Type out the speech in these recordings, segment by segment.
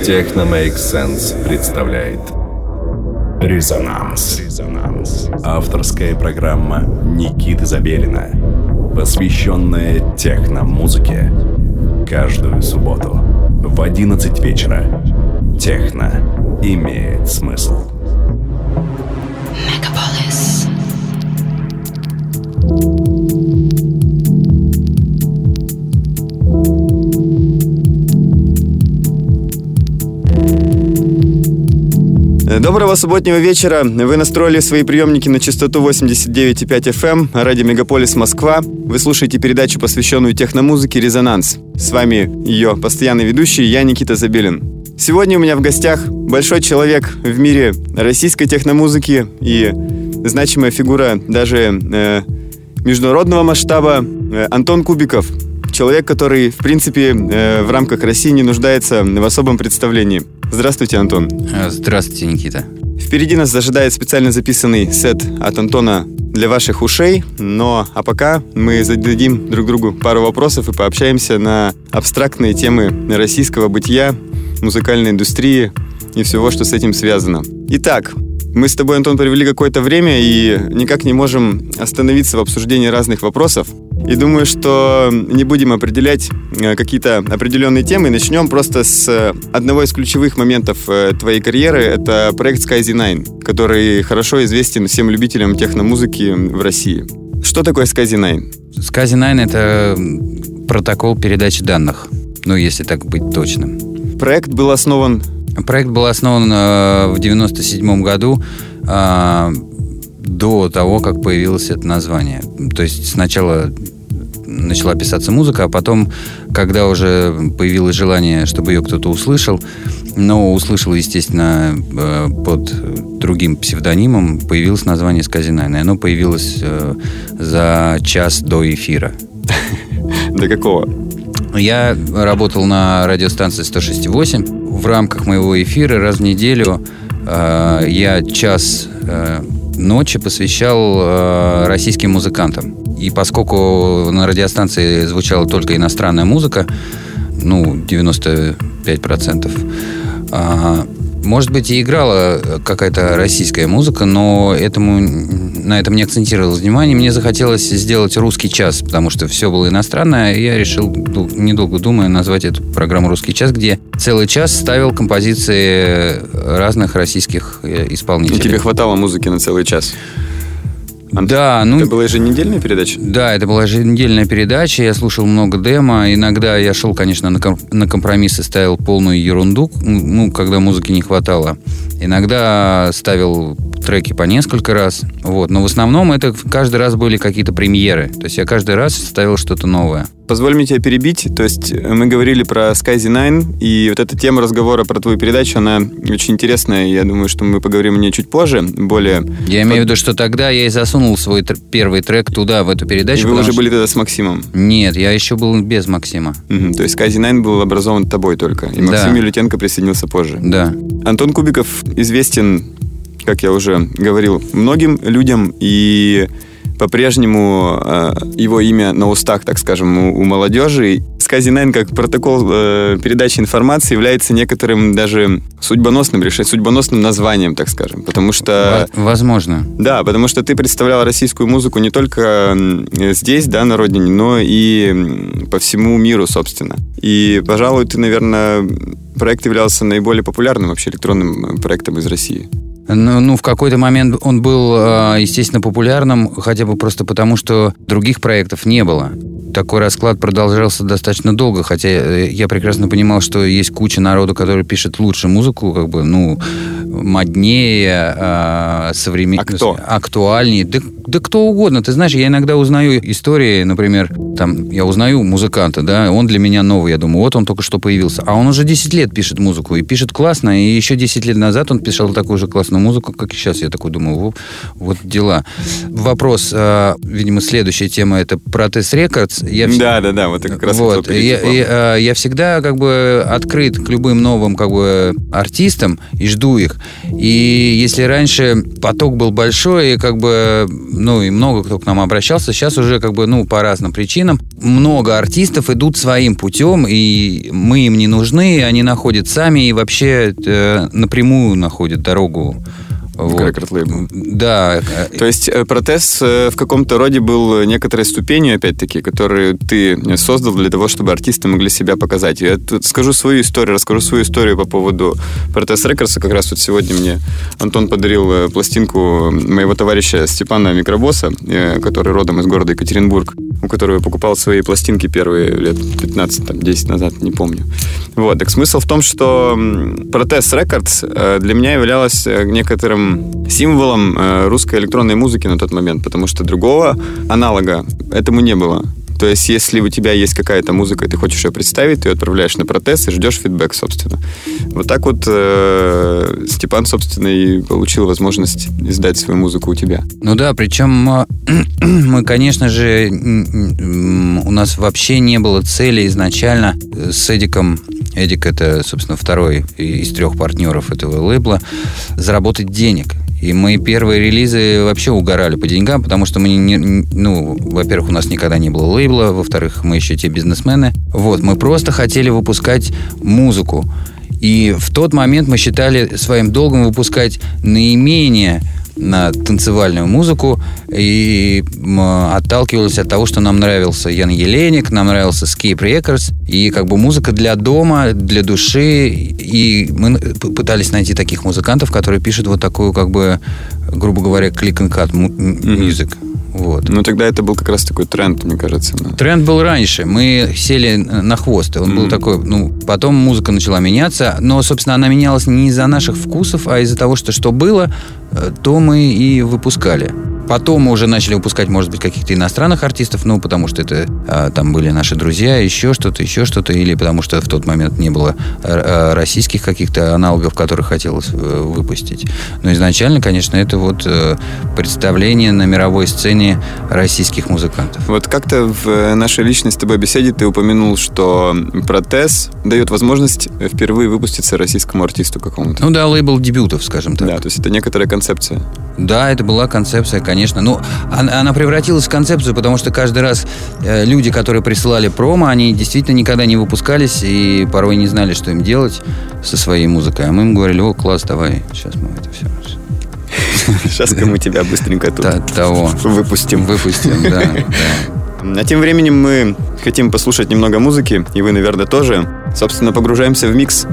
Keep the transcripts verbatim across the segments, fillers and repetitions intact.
Техно Make Sense представляет Резонанс. Резонанс. Авторская программа Никиты Забелина, посвященная техно-музыке. Каждую субботу в одиннадцать вечера. Техно имеет смысл. Мегаполис. Доброго субботнего вечера. Вы настроили свои приемники на частоту восемьдесят девять и пять эф эм, радио Мегаполис Москва. Вы слушаете передачу, посвященную техномузыке «Резонанс». С вами ее постоянный ведущий, я Никита Забелин. Сегодня у меня в гостях большой человек в мире российской техномузыки и значимая фигура даже э, международного масштаба э, Антон Кубиков. Человек, который, в принципе, э, в рамках России не нуждается в особом представлении. Здравствуйте, Антон. Здравствуйте, Никита. Впереди нас ожидает специально записанный сет от Антона для ваших ушей. Но, а пока мы зададим друг другу пару вопросов и пообщаемся на абстрактные темы российского бытия, музыкальной индустрии и всего, что с этим связано. Итак, мы с тобой, Антон, провели какое-то время и никак не можем остановиться в обсуждении разных вопросов. И думаю, что не будем определять какие-то определенные темы. Начнем просто с одного из ключевых моментов твоей карьеры. Это проект Sky зи найн, который хорошо известен всем любителям техномузыки в России. Что такое Sky зи найн? Sky зи найн — это протокол передачи данных, ну, если так быть точным. Проект был основан... Проект был основан э, в девяносто седьмом году, э, до того, как появилось это название. То есть сначала начала писаться музыка, а потом, когда уже появилось желание, чтобы ее кто-то услышал, но услышал, естественно, э, под другим псевдонимом, появилось название Sky зи найн. И оно появилось э, за час до эфира. До какого? Я работал на радиостанции сто шесть и восемь. В рамках моего эфира раз в неделю э, я час э, ночи посвящал э, российским музыкантам. И поскольку на радиостанции звучала только иностранная музыка, ну, девяносто пять процентов, э, может быть, и играла какая-то российская музыка, но этому, на этом не акцентировалось внимание. Мне захотелось сделать русский час, потому что все было иностранное, и я решил, недолго думая, назвать эту программу «Русский час», где целый час ставил композиции разных российских исполнителей. И тебе хватало музыки на целый час? Да, ну... Это была еженедельная передача? Да, это была еженедельная передача. Я слушал много демо. Иногда я шел, конечно, на, ком- на компромиссы, ставил полную ерунду, ну, когда музыки не хватало. Иногда ставил треки по несколько раз. Вот. Но в основном это каждый раз были какие-то премьеры. То есть я каждый раз ставил что-то новое. Позволь мне тебя перебить. То есть мы говорили про Sky зи найн, и вот эта тема разговора про твою передачу, она очень интересная. Я думаю, что мы поговорим о ней чуть позже, более... Я имею в виду, что тогда я и засунул свой тр- первый трек туда, в эту передачу. И вы уже что... были тогда с Максимом? Нет, я еще был без Максима. Угу, то есть Sky зи найн был образован тобой только, и Максим да. Милютенко присоединился позже. Да. Антон Кубиков известен, как я уже говорил, многим людям, и по-прежнему э, его имя на устах, так скажем, у, у молодежи. Sky зи найн как протокол э, передачи информации является некоторым даже судьбоносным решением, судьбоносным названием, так скажем, потому что... Возможно. Да, потому что ты представлял российскую музыку не только здесь, да, на родине, но и по всему миру, собственно. И, пожалуй, ты, наверное, проект являлся наиболее популярным вообще электронным проектом из России. Ну, ну, в какой-то момент он был, естественно, популярным, хотя бы просто потому, что других проектов не было. Такой расклад продолжался достаточно долго, хотя я прекрасно понимал, что есть куча народу, который пишет лучше музыку, как бы, ну, моднее, современнее, а кто? актуальнее. Да, да кто угодно. Ты знаешь, я иногда узнаю истории, например, там, я узнаю музыканта, да, он для меня новый, я думаю, вот он только что появился. А он уже десять лет пишет музыку, и пишет классно, и еще десять лет назад он писал такую же классную музыку, как и сейчас. Я такой думаю, вот, вот дела. Вопрос, э, видимо, следующая тема, это Protest Records. Я вс... Да, да, да, вот это как раз вот. я, я, я всегда как бы открыт к любым новым как бы артистам и жду их. И если раньше поток был большой, и как бы ну, и много кто к нам обращался. Сейчас уже как бы, ну, по разным причинам. Много артистов идут своим путем, и мы им не нужны, они находят сами и вообще э, напрямую находят дорогу. Вот. Рекорд-лейбл. Да. То есть Протез в каком-то роде был некоторой ступенью, опять-таки, которую ты создал для того, чтобы артисты могли себя показать. Я тут скажу свою историю, расскажу свою историю по поводу Протез Рекордса. Как раз вот сегодня мне Антон подарил пластинку моего товарища Степана Микробосса, который родом из города Екатеринбург, у которого я покупал свои пластинки первые лет пятнадцать-десять назад, не помню. Вот. Так смысл в том, что Протез Рекордс для меня являлась некоторым символом русской электронной музыки на тот момент, потому что другого аналога этому не было. То есть, если у тебя есть какая-то музыка, и ты хочешь ее представить, ты ее отправляешь на Протез и ждешь фидбэк, собственно. Вот так вот э, Степан, собственно, и получил возможность издать свою музыку у тебя. Ну да, причем мы, конечно же, у нас вообще не было цели изначально с Эдиком. Эдик — это, собственно, второй из трех партнеров этого лейбла, заработать денег. И мы первые релизы вообще угорали по деньгам, потому что мы не, ну, во-первых, у нас никогда не было лейбла, во-вторых, мы еще те бизнесмены. Вот, мы просто хотели выпускать музыку. И в тот момент мы считали своим долгом выпускать наименее на танцевальную музыку и отталкивались от того, что нам нравился Ян Еленик, нам нравился Escape Records, и как бы музыка для дома, для души, и мы пытались найти таких музыкантов, которые пишут вот такую, как бы, грубо говоря, click-and-cut music. Mm-hmm. Вот. Ну, тогда это был как раз такой тренд, мне кажется. Да. Тренд был раньше. Мы сели на хвост. Он mm-hmm. был такой, ну, потом музыка начала меняться, но, собственно, она менялась не из-за наших вкусов, а из-за того, что что было, то мы и выпускали. Потом мы уже начали выпускать, может быть, каких-то иностранных артистов, ну, потому что это а, там были наши друзья, еще что-то, еще что-то, или потому что в тот момент не было а, российских каких-то аналогов, которые хотелось а, выпустить. Но изначально, конечно, это вот а, представление на мировой сцене российских музыкантов. Вот как-то в нашей личной с тобой беседе ты упомянул, что Протез дает возможность впервые выпуститься российскому артисту какому-то. Ну да, лейбл дебютов, скажем так. Да, то есть это некоторая концепция. Да, это была концепция, конечно. Ну, она, она превратилась в концепцию, потому что каждый раз э, люди, которые присылали промо, они действительно никогда не выпускались и порой не знали, что им делать со своей музыкой. А мы им говорили: о, класс, давай, сейчас мы это все... Сейчас-ка мы тебя быстренько тут того. выпустим. Выпустим, да, да. А тем временем мы хотим послушать немного музыки, и вы, наверное, тоже. Собственно, погружаемся в микс.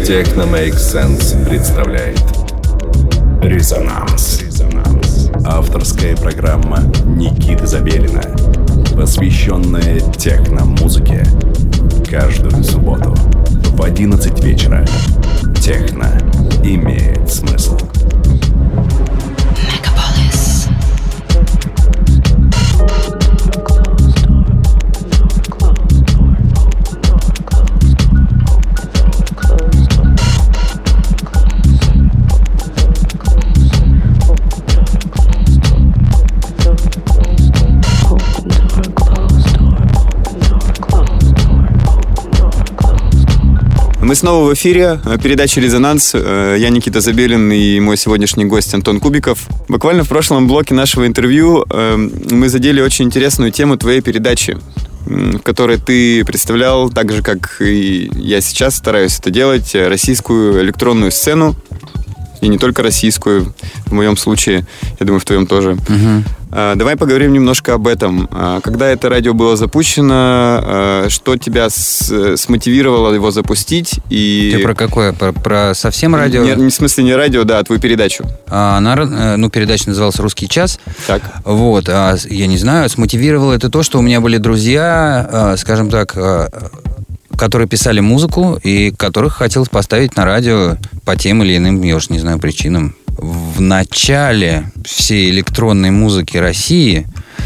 Техно Make Sense представляет Резонанс. Авторская программа Никиты Забелина, посвященная техно-музыке. Каждую субботу в одиннадцать вечера. Техно имеет смысл. Мы снова в эфире, передача «Резонанс». Я Никита Забелин и мой сегодняшний гость Антон Кубиков. Буквально в прошлом блоке нашего интервью мы задели очень интересную тему твоей передачи, в которой ты представлял, так же, как и я сейчас стараюсь это делать, российскую электронную сцену. И не только российскую, в моем случае, я думаю, в твоем тоже. Угу. А, давай поговорим немножко об этом. А, когда это радио было запущено, а, что тебя с, смотивировало его запустить? И... Ты про какое? Про, про совсем радио? Не, не, в смысле не радио, да, а твою передачу. А, она, ну, передача называлась «Русский час». Так. Вот, а, я не знаю, смотивировало это то, что у меня были друзья, а, скажем так... А, которые писали музыку и которых хотелось поставить на радио по тем или иным, я уж не знаю, причинам. В начале всей электронной музыки России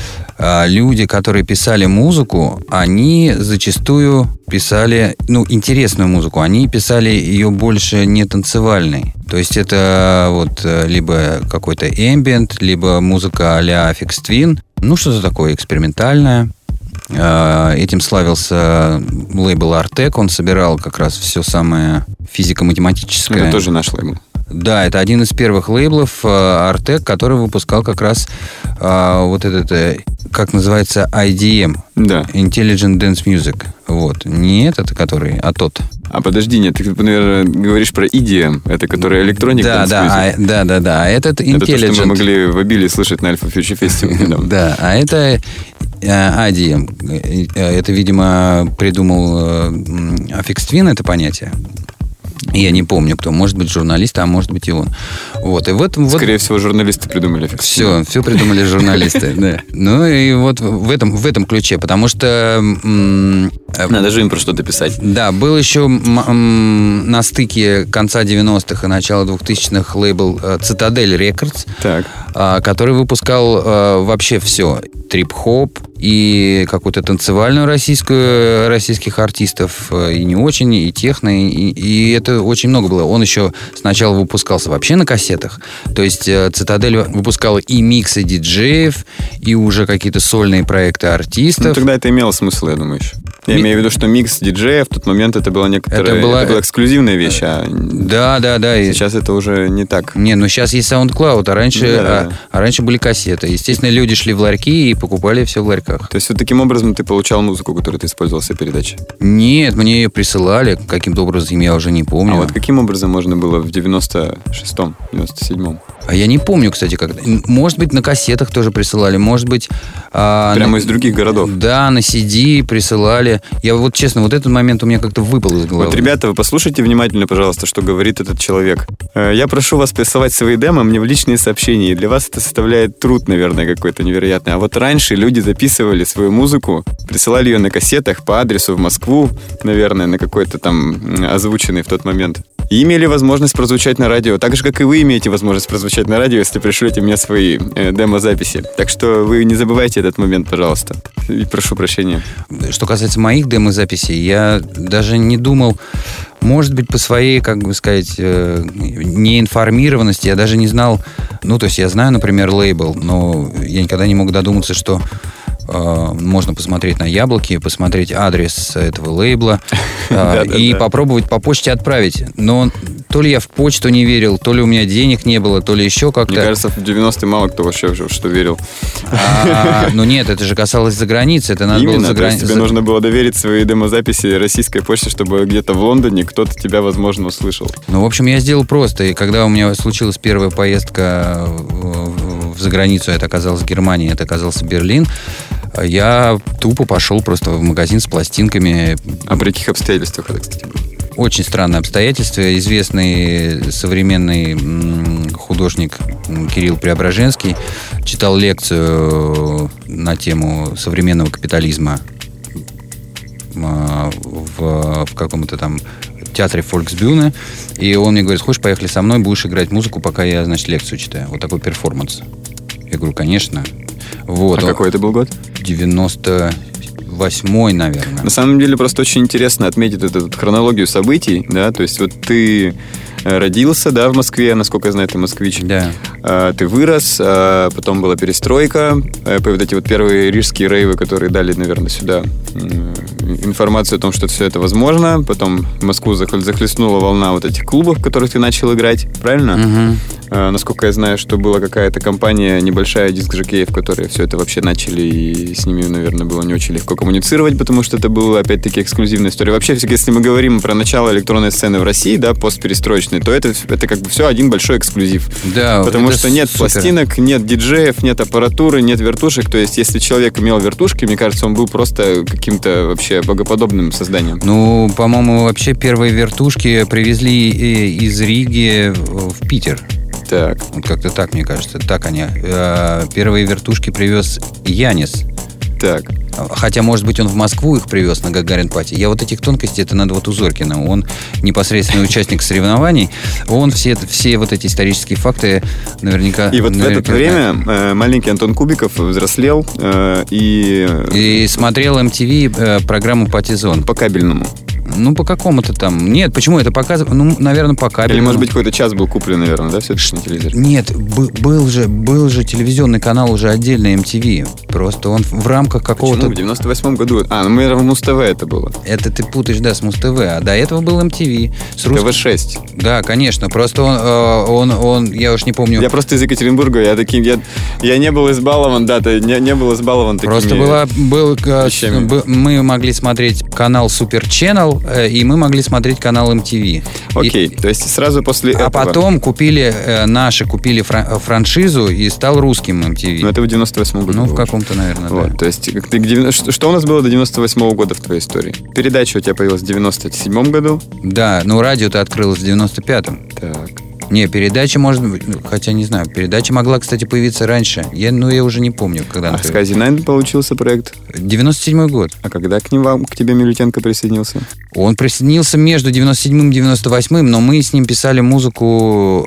люди, которые писали музыку, они зачастую писали, ну, интересную музыку. Они писали ее больше не танцевальной. То есть это вот либо какой-то эмбиент, либо музыка а-ля Aphex Twin. Ну, что-то такое экспериментальное. Этим славился лейбл Артек. Он собирал как раз все самое физико-математическое. Это тоже наш лейбл. Да, это один из первых лейблов Артек, который выпускал как раз а, вот этот, как называется, ай ди эм. Да. Intelligent Dance Music. Вот. Не этот, который, а тот. А подожди, нет, ты, наверное, говоришь про и ди эм, это который электроник да, Dance да, Music. А, да, да, да. А этот Intelligent. Это то, что мы могли в обилии слышать на Alpha Future Festival недавно. Да, а это ай ди эм. Это, видимо, придумал Aphex Twin, это понятие. Я не помню, кто. Может быть, журналист, а может быть и он. Вот. И в этом, Скорее вот... всего, журналисты придумали. Все, все придумали журналисты. Да. Ну и вот в этом, в этом ключе, потому что... М- Надо же им про что-то писать. Да, был еще м- м- на стыке конца девяностых и начала двухтысячных лейбл Citadel Records, так. а, который выпускал а, вообще все. Трип-хоп и какую-то танцевальную российскую, российских артистов, и не очень, и техно, и, и это очень много было. Он еще сначала выпускался вообще на кассетах. То есть Цитадель выпускала и миксы диджеев, и уже какие-то сольные проекты артистов. Ну, тогда это имело смысл, я думаю, еще. Я Ми... имею в виду, что микс диджея в тот момент это была некоторая... Это была, это была эксклюзивная вещь, а... Да, да, да. Сейчас и... это уже не так. Не, ну сейчас есть SoundCloud, а раньше, да, да. А, а раньше были кассеты. Естественно, люди шли в ларьки и покупали все в ларьках. То есть вот таким образом ты получал музыку, которую ты использовал в своей передаче? Нет, мне ее присылали. Каким-то образом я уже не помню. А вот каким образом можно было в девяносто шестом, девяносто седьмом? А я не помню, кстати, как. Может быть, на кассетах тоже присылали, может быть... А, Прямо на... из других городов? Да, на си ди присылали. Я вот, честно, вот этот момент у меня как-то выпал из головы. Вот, ребята, вы послушайте внимательно, пожалуйста, что говорит этот человек. Я прошу вас присылать свои демо мне в личные сообщения. И для вас это составляет труд, наверное, какой-то невероятный. А вот раньше люди записывали свою музыку, присылали ее на кассетах по адресу в Москву, наверное, на какой-то там озвученный в тот момент. И имели возможность прозвучать на радио. Так же, как и вы имеете возможность прозвучать на радио, если пришлете мне свои э, демо-записи. Так что вы не забывайте этот момент, пожалуйста. И прошу прощения. Что касается моих демо-записей, я даже не думал... Может быть, по своей, как бы сказать, э, неинформированности я даже не знал... Ну, то есть я знаю, например, лейбл, но я никогда не мог додуматься, что э, можно посмотреть на яблоки, посмотреть адрес этого лейбла э, и попробовать по почте отправить. Но то ли я в почту не верил, то ли у меня денег не было, то ли еще как-то. Мне кажется, в девяностые мало кто вообще что верил. А, ну нет, это же касалось за границей. Это надо Именно, было за грани... тебе за... нужно было доверить свои демозаписи российской почте, чтобы где-то в Лондоне кто-то тебя, возможно, услышал. Ну, в общем, я сделал просто. И когда у меня случилась первая поездка в, в заграницу, это оказалось Германия, это оказался Берлин, я тупо пошел просто в магазин с пластинками. А при каких обстоятельствах это, кстати, было? очень странное обстоятельство. Известный современный художник Кирилл Преображенский читал лекцию на тему современного капитализма в, в каком-то там театре Фольксбюhne. И он мне говорит: хочешь, поехали со мной, будешь играть музыку, пока я, значит, лекцию читаю. Вот такой перформанс. Я говорю, конечно. Вот. А какой это был год? девяносто восьмой, наверное. На самом деле, просто очень интересно отметить эту, эту хронологию событий, да, то есть вот ты родился, да, в Москве, насколько я знаю, ты москвич. Да. А, ты вырос, а потом была перестройка, а, вот эти вот первые рижские рейвы, которые дали, наверное, сюда информацию о том, что все это возможно. Потом в Москву захлестнула волна вот этих клубов, в которых ты начал играть, правильно? Угу. А, насколько я знаю, что была какая-то компания небольшая, диск-жокеев, которые все это вообще начали, и с ними, наверное, было не очень легко коммуницировать, потому что это была, опять-таки, эксклюзивная история. Вообще, если мы говорим про начало электронной сцены в России, да, постперестроечной, то это, это как бы все один большой эксклюзив. Да, потому что нет супер. пластинок, нет диджеев, нет аппаратуры, нет вертушек. То есть, если человек имел вертушки, мне кажется, он был просто каким-то вообще богоподобным созданием. Ну, по-моему, вообще первые вертушки привезли из Риги в Питер. Так. Вот как-то так, мне кажется. Так они. Первые вертушки привез Янис. Так. Хотя, может быть, он в Москву их привез на Гагарин-пати. Я вот этих тонкостей, это надо вот у Зорькина. Он непосредственный участник соревнований. Он все, все вот эти исторические факты наверняка... И вот наверняка в это время знает. Маленький Антон Кубиков взрослел и... И смотрел эм ти ви программу «Пати-зон». По кабельному. Ну, по какому-то там... Нет, почему это показывает? Ну, наверное, по кабелю. Или, может быть, какой-то час был куплен, наверное, да, все-таки на телевизоре? Нет, б- был, же, был же телевизионный канал уже отдельный эм ти ви. Просто он в рамках какого-то... Почему? В девяносто восьмом году... А, ну, наверное, в Муз-ТВ это было. Это ты путаешь, да, с Муз-ТВ. А до этого был эм ти ви. С русским... тэ вэ шесть. Да, конечно. Просто он, он, он, я уж не помню... Я просто из Екатеринбурга, я таким... Я, я не был избалован, да, не, не был избалован такими Просто была, был, вещами. Мы могли смотреть канал Super Channel, и мы могли смотреть канал эм ти ви. Окей, и, то есть сразу после а этого... А потом купили, э, наши купили фран- франшизу и стал русским эм ти ви. Ну, это в девяносто восьмом году. Ну, было. В каком-то, наверное, вот, да. То есть, ты, что, что у нас было до девяносто восьмого года в твоей истории? Передача у тебя появилась в девяносто седьмом году? Да, ну радио-то открылось в девяносто пятом. Так. Не, передача, может быть, хотя не знаю, передача могла, кстати, появиться раньше. Я, ну, я уже не помню, когда она А Скази Найн получился проект? девяносто седьмой год. А когда к ним вам, к тебе Милютенко присоединился? Он присоединился между девяносто седьмым и девяносто восьмым, но мы с ним писали музыку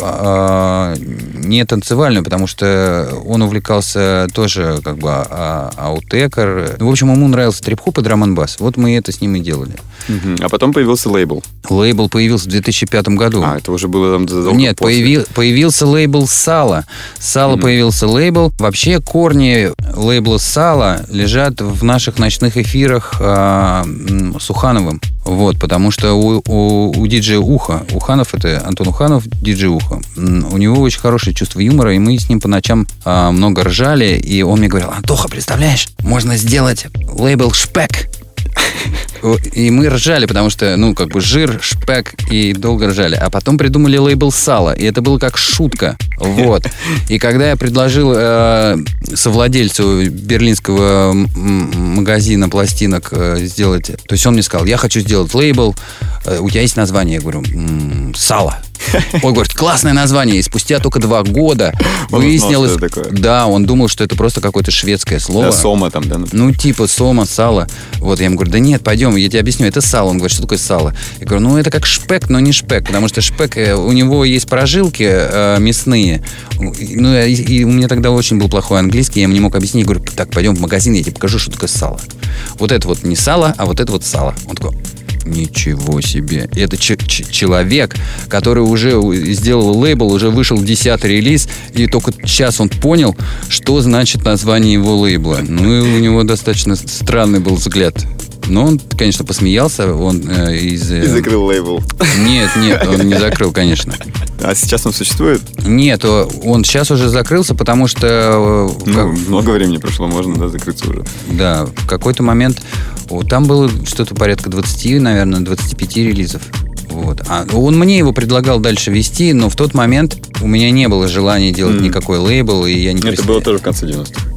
э, не танцевальную, потому что он увлекался тоже как бы а, аутекер. В общем, ему нравился трип-хоп и драм-н-бас. Вот мы это с ним и делали. Угу. А потом появился лейбл? Лейбл появился в две тысячи пятом году. А, это уже было там задолго Нет, после. появи, появился лейбл «Сало». «Сало» mm-hmm. появился лейбл. Вообще корни лейбла «Сало» лежат в наших ночных эфирах э, с Ухановым. Вот, потому что у, у, у диджея Уха, Уханов, это Антон Уханов, диджей Уха, у него очень хорошее чувство юмора, и мы с ним по ночам э, много ржали, и он мне говорил: Антоха, представляешь, можно сделать лейбл «Шпек». И мы ржали, потому что, ну, как бы жир, шпек, и долго ржали. А потом придумали лейбл «Сало», и это было как шутка. Вот. И когда я предложил э, совладельцу берлинского м- магазина пластинок э, сделать... То есть он мне сказал: я хочу сделать лейбл, э, у тебя есть название? Я говорю: м- «Сало». Он говорит: классное название. И спустя только два года он выяснилось... Узнал, что это такое. Да, он думал, что это просто какое-то шведское слово. Да, сома там, да? Ну, типа сома, сало. Вот я ему говорю: да нет, пойдем, я тебе объясню, это сало. Он говорит: что такое сало? Я говорю: ну, это как шпек, но не шпек, потому что шпек, у него есть прожилки э, мясные. Ну, и, и у меня тогда очень был плохой английский, я ему не мог объяснить. Я говорю: так, пойдем в магазин, я тебе покажу, что такое сало. Вот это вот не сало, а вот это вот сало. Он такой: ничего себе. Это ч- ч- человек, который уже сделал лейбл, уже вышел десятый релиз, и только сейчас он понял, что значит название его лейбла. Ну, и у него достаточно странный был взгляд. Но он, конечно, посмеялся. Он э, из... Э... И закрыл лейбл. Нет, нет, он не закрыл, конечно. А сейчас он существует? Нет, он сейчас уже закрылся, потому что... Ну, как... много времени прошло, можно, да, закрыться уже. Да, в какой-то момент... Там было что-то порядка двадцати, наверное, двадцати пяти релизов. Вот. А он мне его предлагал дальше вести, но в тот момент у меня не было желания делать mm. никакой лейбл, и я не Это присп... было тоже в конце девяностых.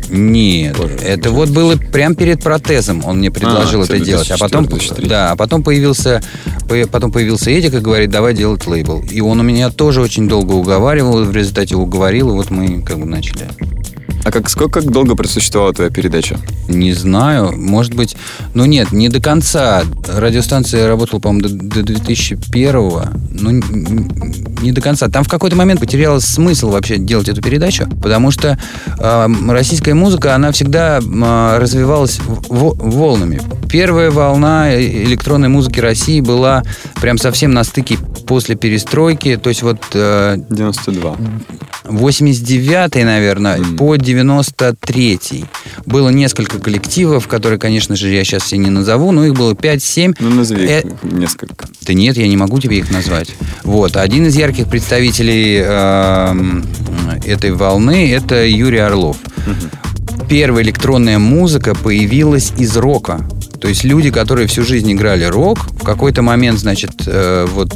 Нет, Позже, это вот было прямо перед протезом. Он мне предложил А, это делать. А потом, да, а потом появился, потом появился Эдик и говорит, давай делать лейбл. И он у меня тоже очень долго уговаривал, в результате уговорил, и вот мы как бы начали. А как, сколько, как долго просуществовала твоя передача? Не знаю, может быть... Ну нет, не до конца. Радиостанция работала, по-моему, до, до две тысячи первого. Ну, не до конца. Там в какой-то момент потерялся смысл вообще делать эту передачу, потому что э, российская музыка, она всегда э, развивалась в, волнами. Первая волна электронной музыки России была прям совсем на стыке после перестройки. То есть вот... Э, девяносто два. восемьдесят девятый, наверное, mm. по девяносто третий. Было несколько коллективов, которые, конечно же, я сейчас все не назову, но их было пять-семь. Ну, назови э... несколько. Да нет, я не могу тебе их назвать. Вот. Один из ярких представителей э, этой волны – это Юрий Орлов. Mm-hmm. Первая электронная музыка появилась из рока. То есть люди, которые всю жизнь играли рок, в какой-то момент, значит, э, вот...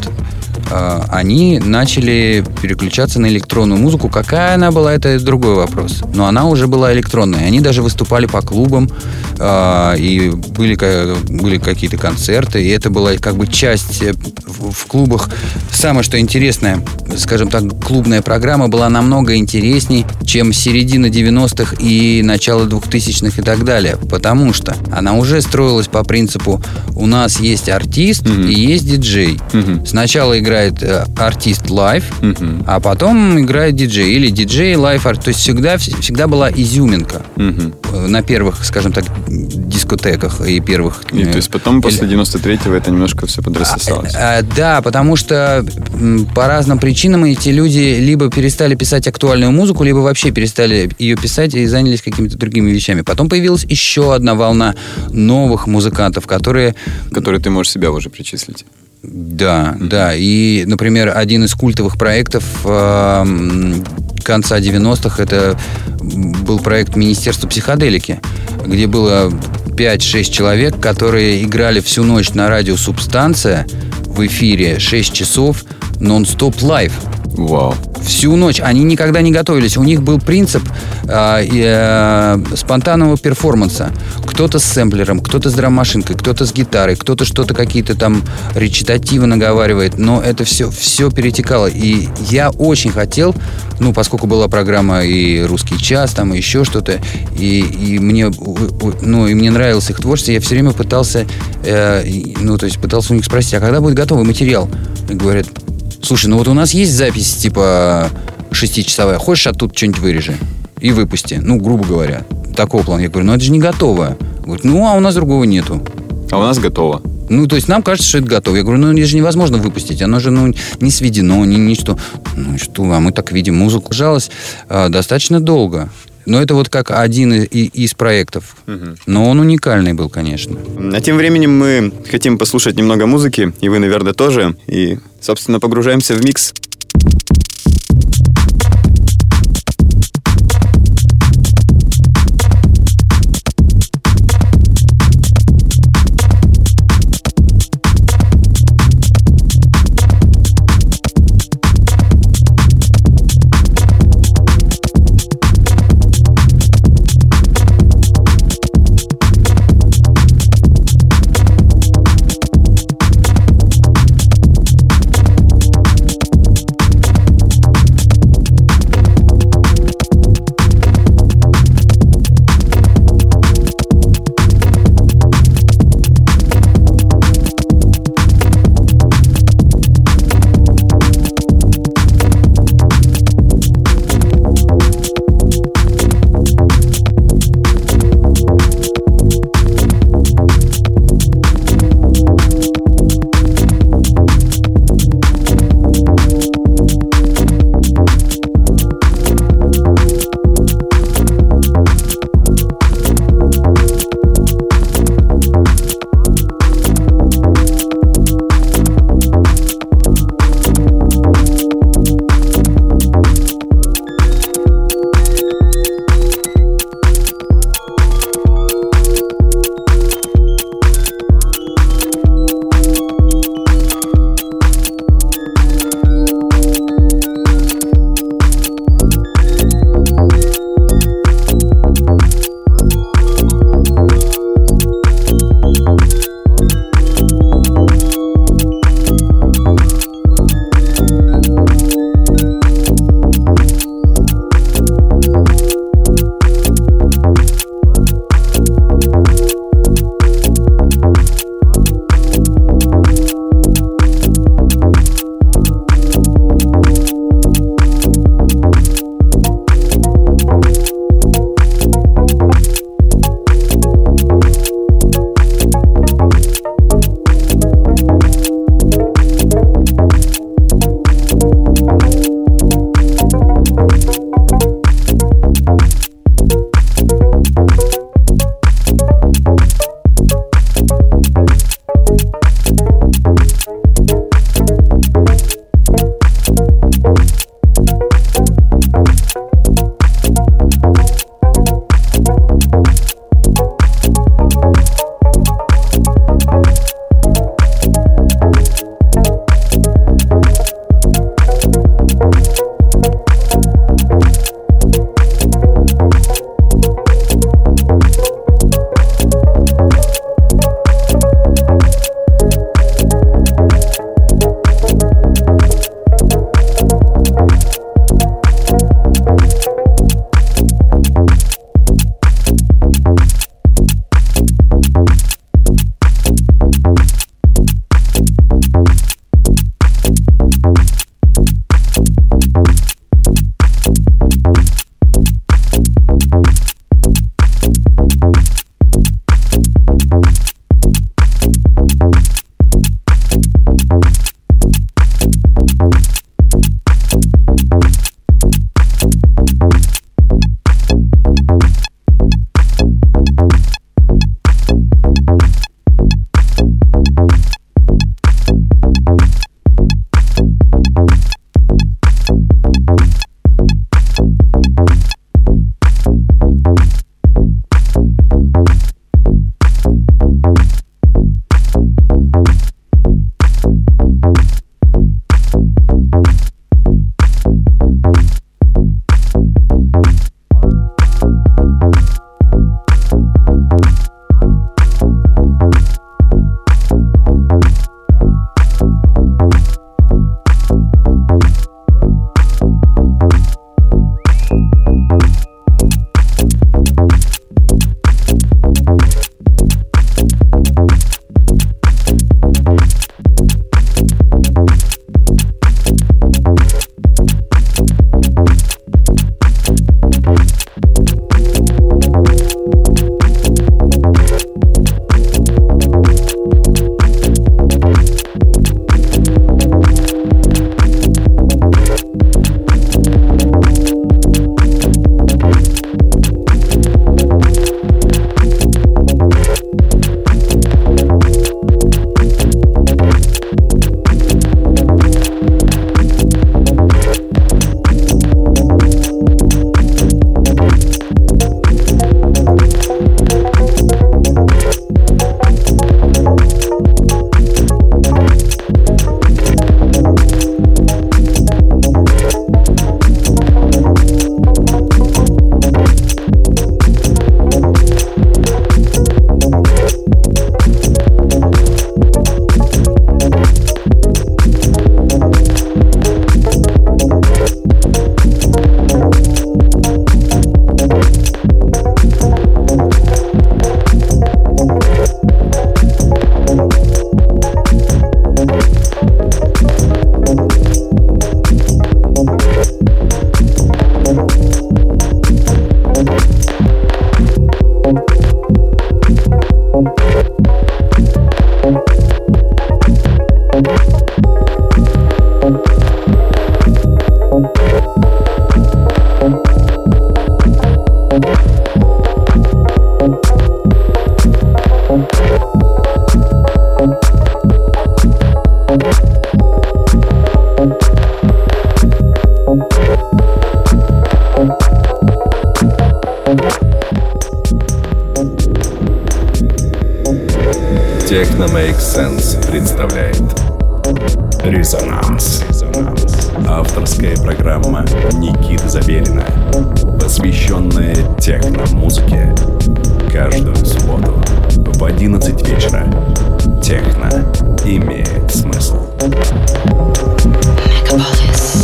они начали переключаться на электронную музыку. Какая она была, это другой вопрос. Но она уже была электронная. Они даже выступали по клубам, и были, были какие-то концерты, и это была как бы часть в клубах. Самое, что интересное, скажем так, клубная программа была намного интересней, чем середина девяностых и начало двухтысячных и так далее. Потому что она уже строилась по принципу: у нас есть артист mm-hmm. и есть диджей. Mm-hmm. Сначала играет артист лайв, uh-huh. а потом играет диджей. Или диджей лайв. То есть всегда, всегда была изюминка uh-huh. на первых, скажем так, дискотеках и первых... И, то есть потом после девяносто третьего это немножко все подрассосалось. А, а, да, потому что по разным причинам эти люди либо перестали писать актуальную музыку, либо вообще перестали ее писать и занялись какими-то другими вещами. Потом появилась еще одна волна новых музыкантов, которые... Которые ты можешь себя уже причислить. Да, mm-hmm. да. И, например, один из культовых проектов э, конца девяностых это был проект Министерства психоделики, где было пять-шесть человек, которые играли всю ночь на радио «Субстанция» в эфире шесть часов нон-стоп лайв. Вау. Всю ночь. Они никогда не готовились. У них был принцип э, э, спонтанного перформанса. Кто-то с сэмплером, кто-то с драм-машинкой, кто-то с гитарой, кто-то что-то какие-то там речитативы наговаривает. Но это все, все перетекало. И я очень хотел, ну, поскольку была программа и «Русский час», там и еще что-то, и, и мне, ну, и мне нравилось их творчество, я все время пытался, э, ну, то есть пытался у них спросить, а когда будет готовый материал? И говорят: слушай, ну вот у нас есть запись типа шестичасовая, хочешь оттуда что-нибудь вырежи и выпусти, ну, грубо говоря, такого плана. Я говорю, ну это же не готовое. Говорит, ну а у нас другого нету. А у нас готово. Ну, то есть нам кажется, что это готово. Я говорю, ну это же невозможно выпустить, оно же, ну, не сведено, ни, ни что. Ну что, а мы так видим, музыку жалась а, достаточно долго. Но это вот как один из, из проектов. Угу. Но он уникальный был, конечно. А тем временем мы хотим послушать немного музыки, и вы, наверное, тоже. И, собственно, погружаемся в микс. Техно Make Sense представляет Резонанс. Авторская программа Никиты Забелина, посвященная техно-музыке. Каждую субботу в одиннадцать вечера. Техно имеет смысл. Мегаполис.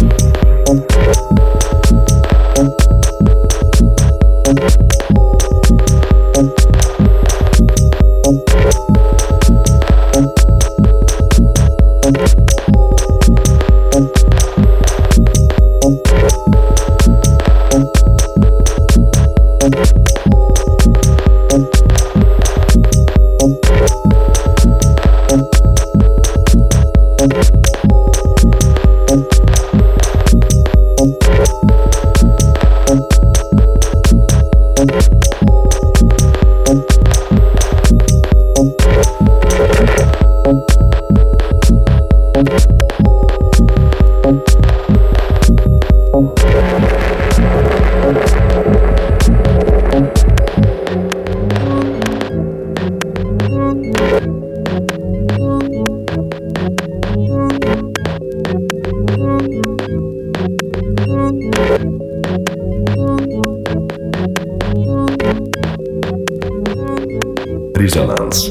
Резонанс.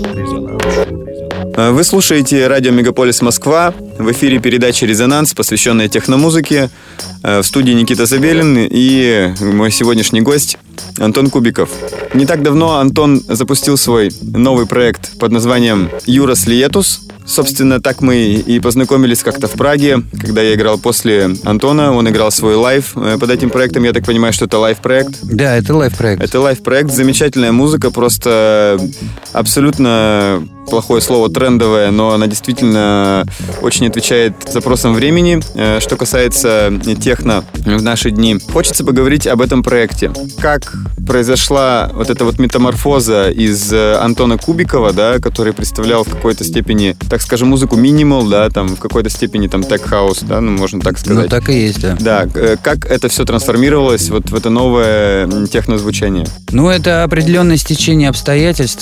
Вы слушаете радио Мегаполис Москва. В эфире передача «Резонанс», посвященная техномузыке. В студии Никита Забелин и мой сегодняшний гость Антон Кубиков. Не так давно Антон запустил свой новый проект под названием «Юрос Лиетус». Собственно, так мы и познакомились как-то в Праге, когда я играл после Антона. Он играл свой лайв под этим проектом. Я так понимаю, что это лайв-проект. Да, это лайв-проект. Это лайв-проект. Замечательная музыка, просто абсолютно... плохое слово трендовое, но она действительно очень отвечает запросам времени. Что касается техно в наши дни, хочется поговорить об этом проекте. Как произошла вот эта вот метаморфоза из Антона Кубикова, да, который представлял в какой-то степени, так скажем, музыку минимал, да, там в какой-то степени там тех-хаус, да, ну можно так сказать. Ну так и есть, да. Да, как это все трансформировалось вот в это новое технозвучание? Ну это определенное стечение обстоятельств,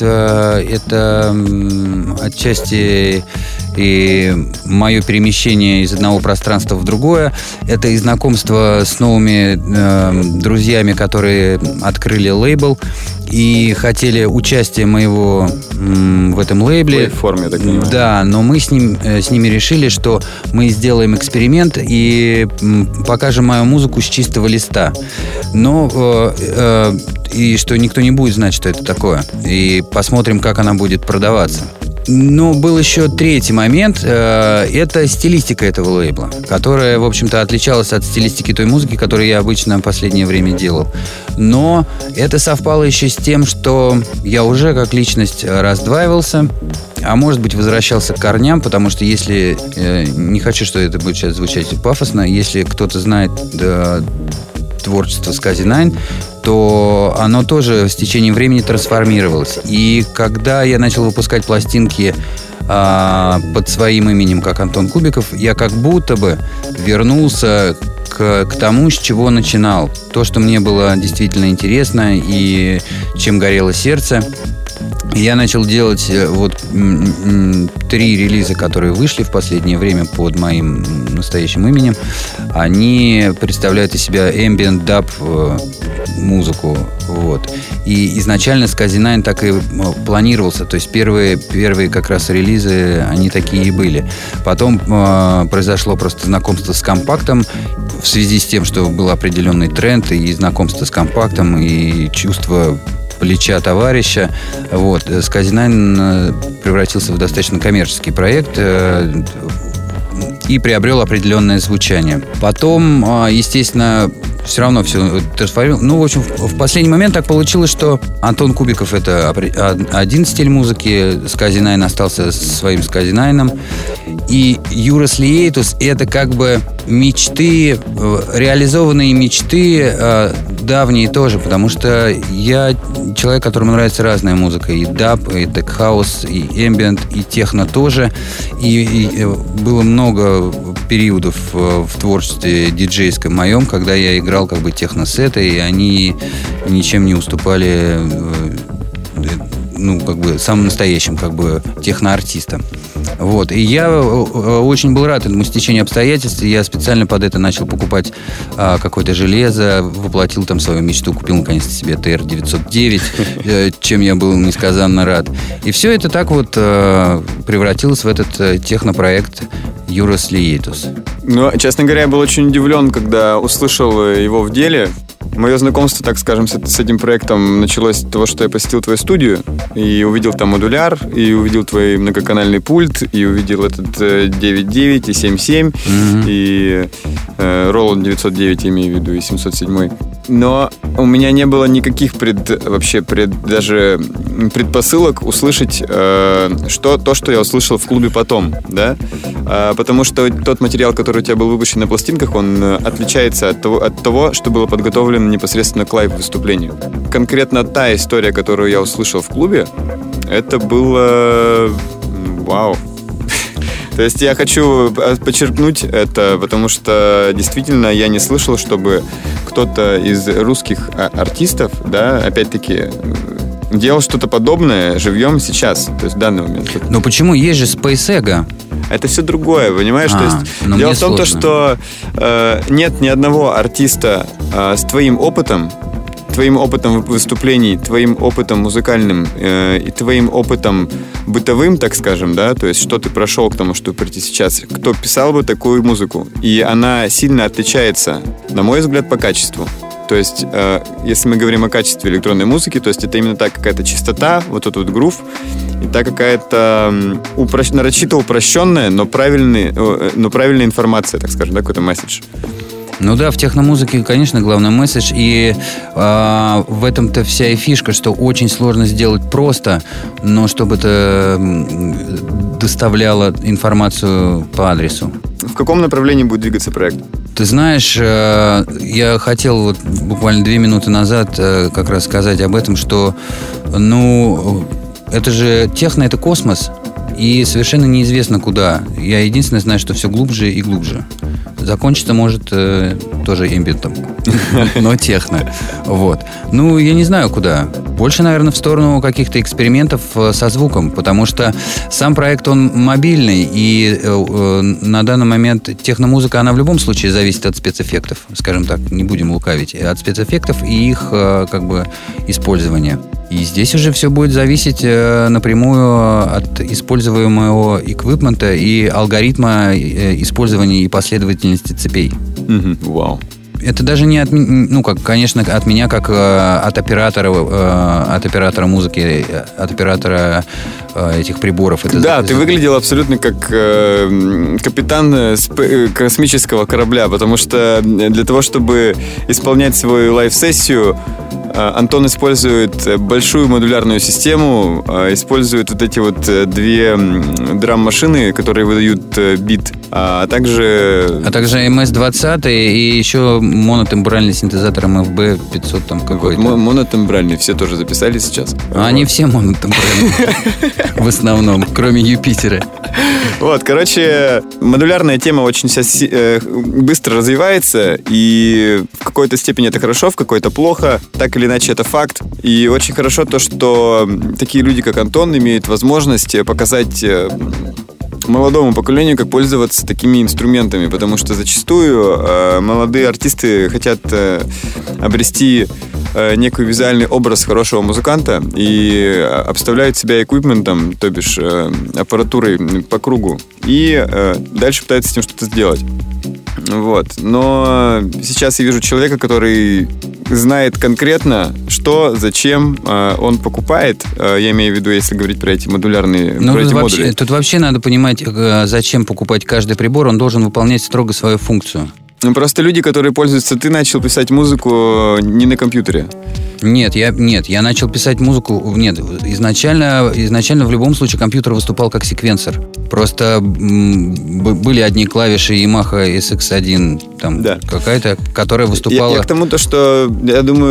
это отчасти и мое перемещение из одного пространства в другое. Это и знакомство с новыми э, друзьями, которые открыли лейбл и хотели участия моего м, в этом лейбле. В форме, так понимаю. Да, но мы с, ним, э, с ними решили, что мы сделаем эксперимент и м, покажем мою музыку с чистого листа. Но э, э, и что никто не будет знать, что это такое. И посмотрим, как она будет продаваться. Но был еще третий момент. Это стилистика этого лейбла, которая, в общем-то, отличалась от стилистики той музыки, которую я обычно в последнее время делал. Но это совпало еще с тем, что я уже как личность раздваивался, а может быть, возвращался к корням, потому что если... Не хочу, что это будет сейчас звучать пафосно. Если кто-то знает да, творчество Скази Найн, то оно тоже с течением времени трансформировалось. И когда я начал выпускать пластинки а, под своим именем, как Антон Кубиков, я как будто бы вернулся к, к тому, с чего начинал. То, что мне было действительно интересно и чем горело сердце. Я начал делать вот три релиза, которые вышли в последнее время под моим настоящим именем. Они представляют из себя ambient dub музыку. Вот. И изначально Скази Найн так и планировался. То есть первые, первые как раз релизы, они такие и были. Потом э, произошло просто знакомство с компактом в связи с тем, что был определенный тренд, и знакомство с компактом, и чувство плеча товарища. Вот. Скази Найн превратился в достаточно коммерческий проект э, и приобрел определенное звучание. Потом, естественно, все равно все трансформировалось. Ну, в общем, в последний момент так получилось, что Антон Кубиков — это один стиль музыки, Скази Найн остался своим Скази Найном, и Юрос Лиетус — это как бы мечты, реализованные мечты, давние тоже, потому что я человек, которому нравится разная музыка, и даб, и тек-хаус, и эмбиент, и техно тоже, и, и было много периодов в творчестве диджейском моем, когда я играл как бы техно-сеты, и они ничем не уступали ну, как бы, самым настоящим, как бы, техноартистом. Вот. И я очень был рад этому стечению обстоятельств. Я специально под это начал покупать а, какое-то железо, воплотил там свою мечту, купил, наконец-то, себе Т Р девятьсот девять, чем я был несказанно рад. И все это так вот а, превратилось в этот технопроект Юрос Лиетус. Ну, честно говоря, я был очень удивлен, когда услышал его в деле. Мое знакомство, так скажем, с, с этим проектом началось с того, что я посетил твою студию и увидел там модуляр, и увидел твой многоканальный пульт, и увидел этот э, девять девять и семь семь, mm-hmm. и э, Roland девятьсот девять, я имею в виду, и семьсот семь. Но у меня не было никаких пред, вообще пред, даже предпосылок услышать э, что, то, что я услышал в клубе потом, да? А, потому что тот материал, который у тебя был выпущен на пластинках, он отличается от того, от того, что было подготовлено непосредственно к лайв-выступлению. Конкретно та история, которую я услышал в клубе, это было... Вау! То есть я хочу подчеркнуть это, потому что действительно я не слышал, чтобы кто-то из русских артистов, да, опять-таки, делал что-то подобное живьем сейчас, то есть в данный момент. Но почему? Есть же Space Ego. Это все другое, понимаешь? А, то есть дело в том, то, что э, нет ни одного артиста э, с твоим опытом, твоим опытом выступлений, твоим опытом музыкальным э, и твоим опытом бытовым, так скажем, да, то есть что ты прошел к тому, чтобы прийти сейчас, кто писал бы такую музыку. И она сильно отличается, на мой взгляд, по качеству. То есть, э, если мы говорим о качестве электронной музыки, то есть это именно та какая-то чистота, вот этот вот грув, и та какая-то упрощ... нарочито упрощенная, но, правильный, э, но правильная информация, так скажем, да, какой-то месседж. Ну да, в техномузыке, конечно, главный месседж, и э, в этом-то вся и фишка, что очень сложно сделать просто, но чтобы это доставляло информацию по адресу. В каком направлении будет двигаться проект? Ты знаешь, э, я хотел вот буквально две минуты назад э, как раз сказать об этом, что, ну, это же техно, это космос, и совершенно неизвестно куда. Я единственное знаю, что все глубже и глубже. Закончится может э, тоже эмбиентом, но техно. Вот. Ну, я не знаю куда. Больше, наверное, в сторону каких-то экспериментов со звуком, потому что сам проект, он мобильный, и э, на данный момент техномузыка, она в любом случае зависит от спецэффектов, скажем так, не будем лукавить, от спецэффектов и их э, как бы использования. И здесь уже все будет зависеть э, напрямую от используемого эквипмента и алгоритма э, использования и последовательности цепей. Mm-hmm. Вау. Это даже не от, ну, как, конечно, от меня, как э, от оператора, э, от оператора музыки, от оператора э, этих приборов. Это да, за... ты выглядел абсолютно как э, капитан сп- космического корабля, потому что для того, чтобы исполнять свою лайв-сессию, Антон использует большую модулярную систему, использует вот эти вот две драм-машины, которые выдают бит, а также... А также эм эс двадцать и еще монотембральный синтезатор эм эф би пятьсот там какой-то. Вот, монотембральный, все тоже записали сейчас. А вот. Они все монотембральные в основном, кроме Юпитера. Вот, короче, модулярная тема очень быстро развивается, и в какой-то степени это хорошо, в какой-то плохо, так или иначе это факт. И очень хорошо то, что такие люди, как Антон, имеют возможность показать молодому поколению, как пользоваться такими инструментами, потому что зачастую э, молодые артисты хотят э, обрести э, некий визуальный образ хорошего музыканта и обставляют себя эквипментом, то бишь э, аппаратурой по кругу, и э, дальше пытаются с ним что-то сделать. Вот. Но сейчас я вижу человека, который знает конкретно, что, зачем э, он покупает. Э, я имею в виду, если говорить про эти модулярные ну, про эти тут модули. Вообще, тут вообще надо понимать, э, зачем покупать каждый прибор. Он должен выполнять строго свою функцию. Ну, просто люди, которые пользуются... Ты начал писать музыку не на компьютере. Нет, я, нет, я начал писать музыку... Нет, изначально, изначально в любом случае компьютер выступал как секвенсор. Просто м, были одни клавиши Yamaha эс икс один, там, да. какая-то, которая выступала... Я, я к тому, то, что, я думаю,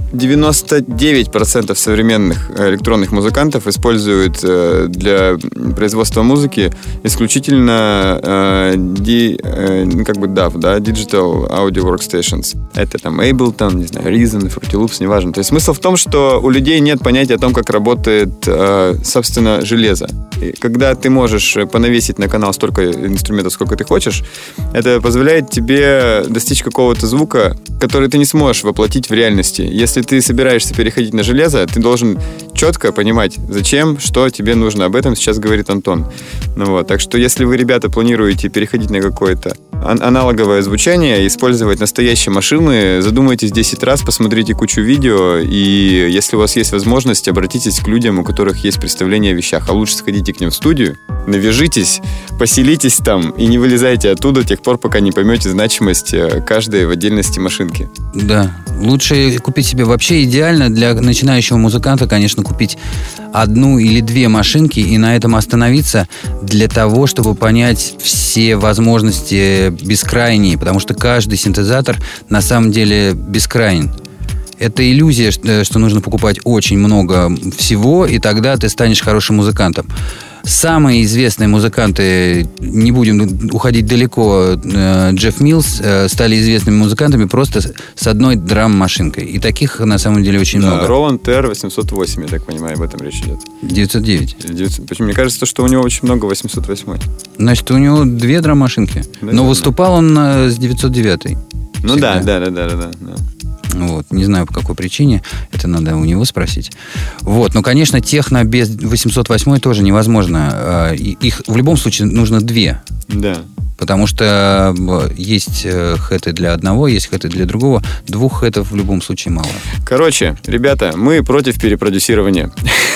девяносто девять процентов современных электронных музыкантов используют для производства музыки исключительно э, ди, э, как бы ди эй ви, да, Digital Audio Workstations. Это там Ableton, не знаю, Reason, Fruity Loops, неважно. То есть смысл в том, что у людей нет понятия о том, как работает, э, собственно, железо. И когда ты можешь понавесить на канал столько инструментов, сколько ты хочешь, это позволяет тебе достичь какого-то звука, который ты не сможешь воплотить в реальности. Если ты собираешься переходить на железо, ты должен четко понимать, зачем, что тебе нужно. Об этом сейчас говорит Антон. Ну вот. Так что если вы, ребята, планируете переходить на какое-то ан- аналоговое звучание, использовать настоящие машины, задумайтесь десять раз, посмотрите кучу видео, и если у вас есть возможность, обратитесь к людям, у которых есть представление о вещах. А лучше сходите к ним в студию, навяжитесь, поселитесь там и не вылезайте оттуда до тех пор, пока не поймете значимость каждой в отдельности машинки. Да. Лучше купить себе вообще идеально для начинающего музыканта, конечно, купить одну или две машинки и на этом остановиться для того, чтобы понять все возможности бескрайние, потому что каждый синтезатор на самом деле бескрайен. Это иллюзия, что нужно покупать очень много всего, и тогда ты станешь хорошим музыкантом. Самые известные музыканты, не будем уходить далеко, Джефф Миллс, стали известными музыкантами просто с одной драм-машинкой. И таких, на самом деле, очень да, много. Роланд Т Р восемьсот восемь, я так понимаю, об этом речь идет. девятьсот девять. девятьсот. Почему? Мне кажется, что у него очень много восемьсот восемь. Значит, у него две драм-машинки. Да, Но да, выступал он с девятьсот девятой. Ну да, да, да, да, да, да. Вот. Не знаю, по какой причине. Это надо у него спросить. Вот. Но, конечно, техно без восемьсот восемь тоже невозможно. Их в любом случае нужно две. Да. Потому что есть хэты для одного, есть хэты для другого. Двух хэтов в любом случае мало. Короче, ребята, мы против перепродюсирования.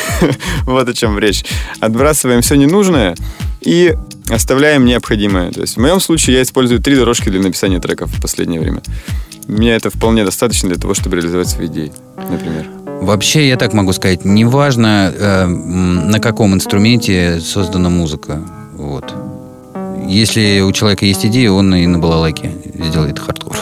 Вот о чем речь. Отбрасываем все ненужное и оставляем необходимое. То есть в моем случае я использую три дорожки для написания треков в последнее время. Мне это вполне достаточно для того, чтобы реализовать свои идеи, например. Вообще, я так могу сказать, неважно, э, на каком инструменте создана музыка. Вот. Если у человека есть идея, он и на балалайке сделает хардкор.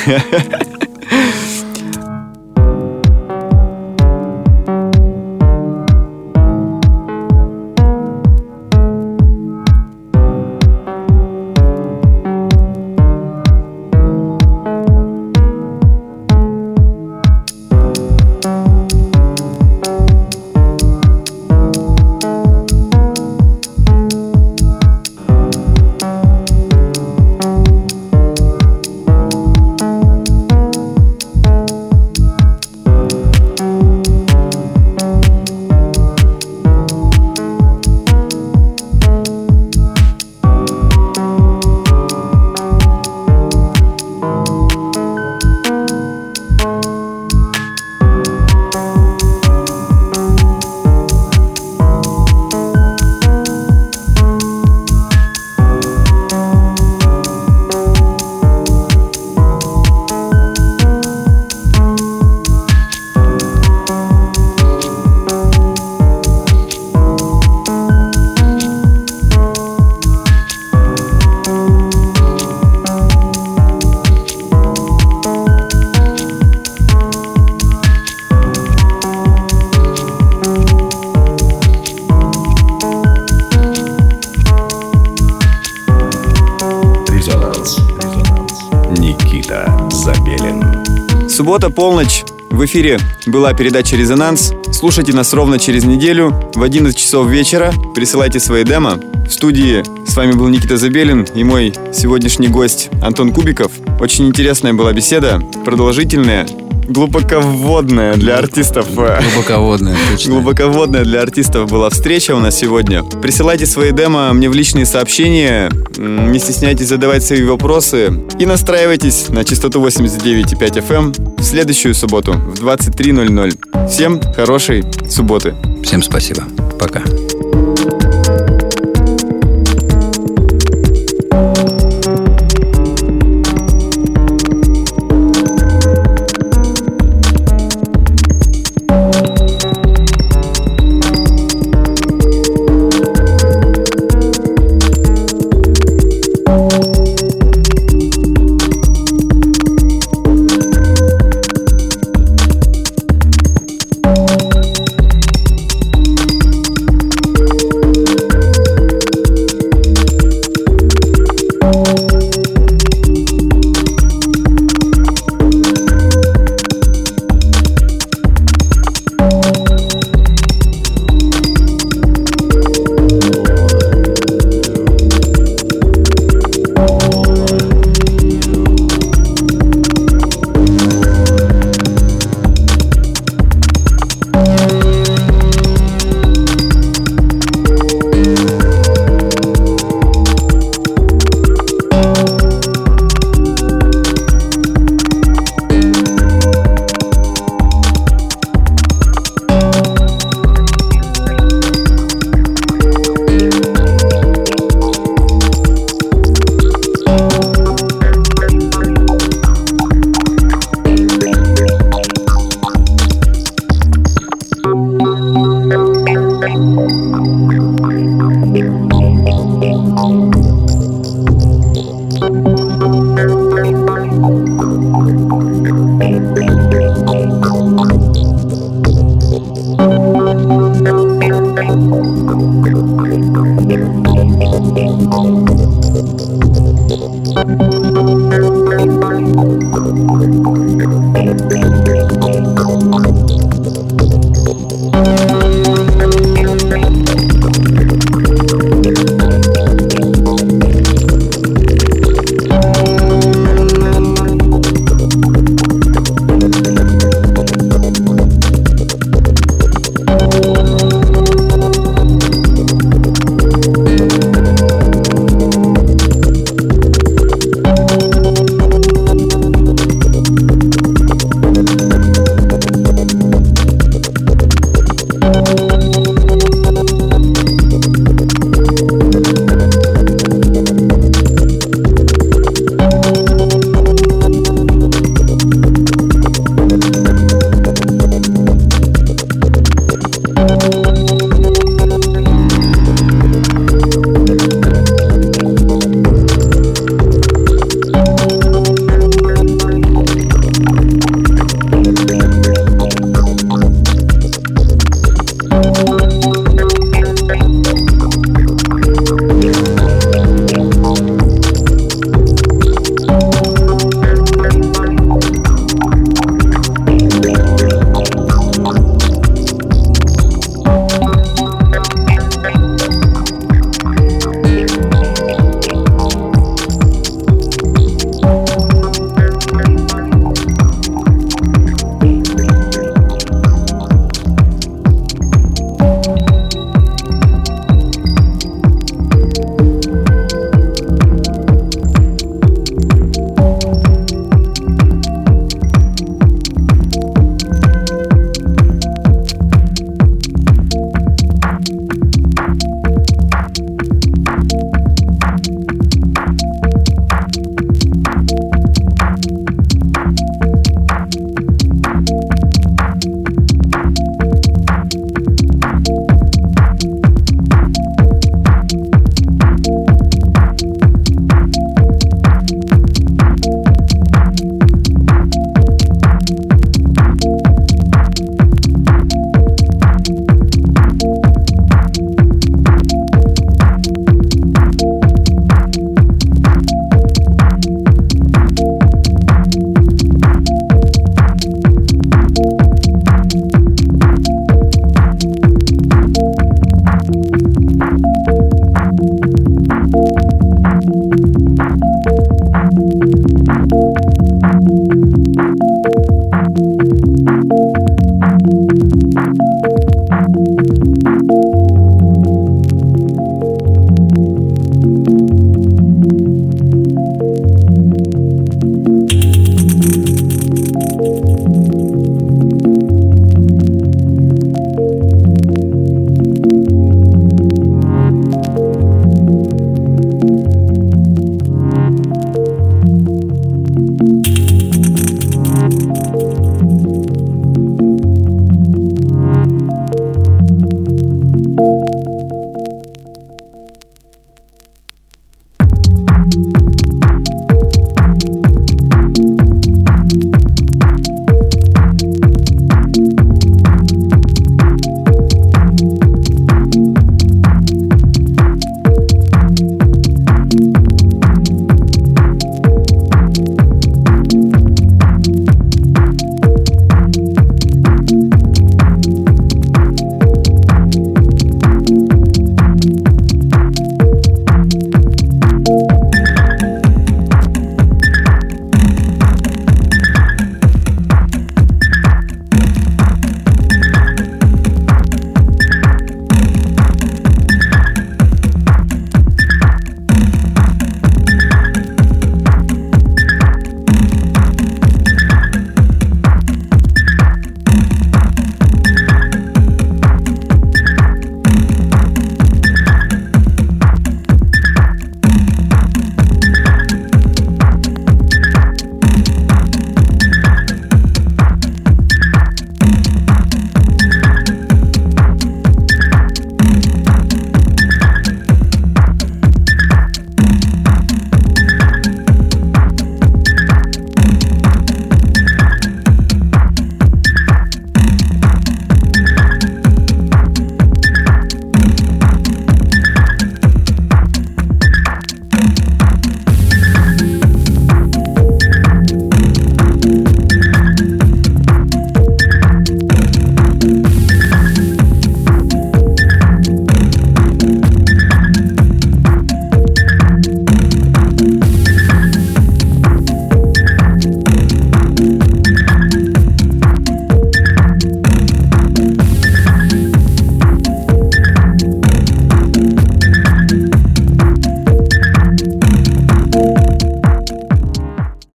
Суббота, полночь. В эфире была передача «Резонанс». Слушайте нас ровно через неделю в одиннадцать часов вечера. Присылайте свои демо. В студии с вами был Никита Забелин и мой сегодняшний гость Антон Кубиков. Очень интересная была беседа, продолжительная, глубоководная для артистов. Глубоководная, точно. Глубоководная для артистов была встреча у нас сегодня. Присылайте свои демо мне в личные сообщения. Не стесняйтесь задавать свои вопросы. И настраивайтесь на частоту восемьдесят девять и пять эф эм в следующую субботу в двадцать три ноль ноль. Всем хорошей субботы. Всем спасибо. Пока.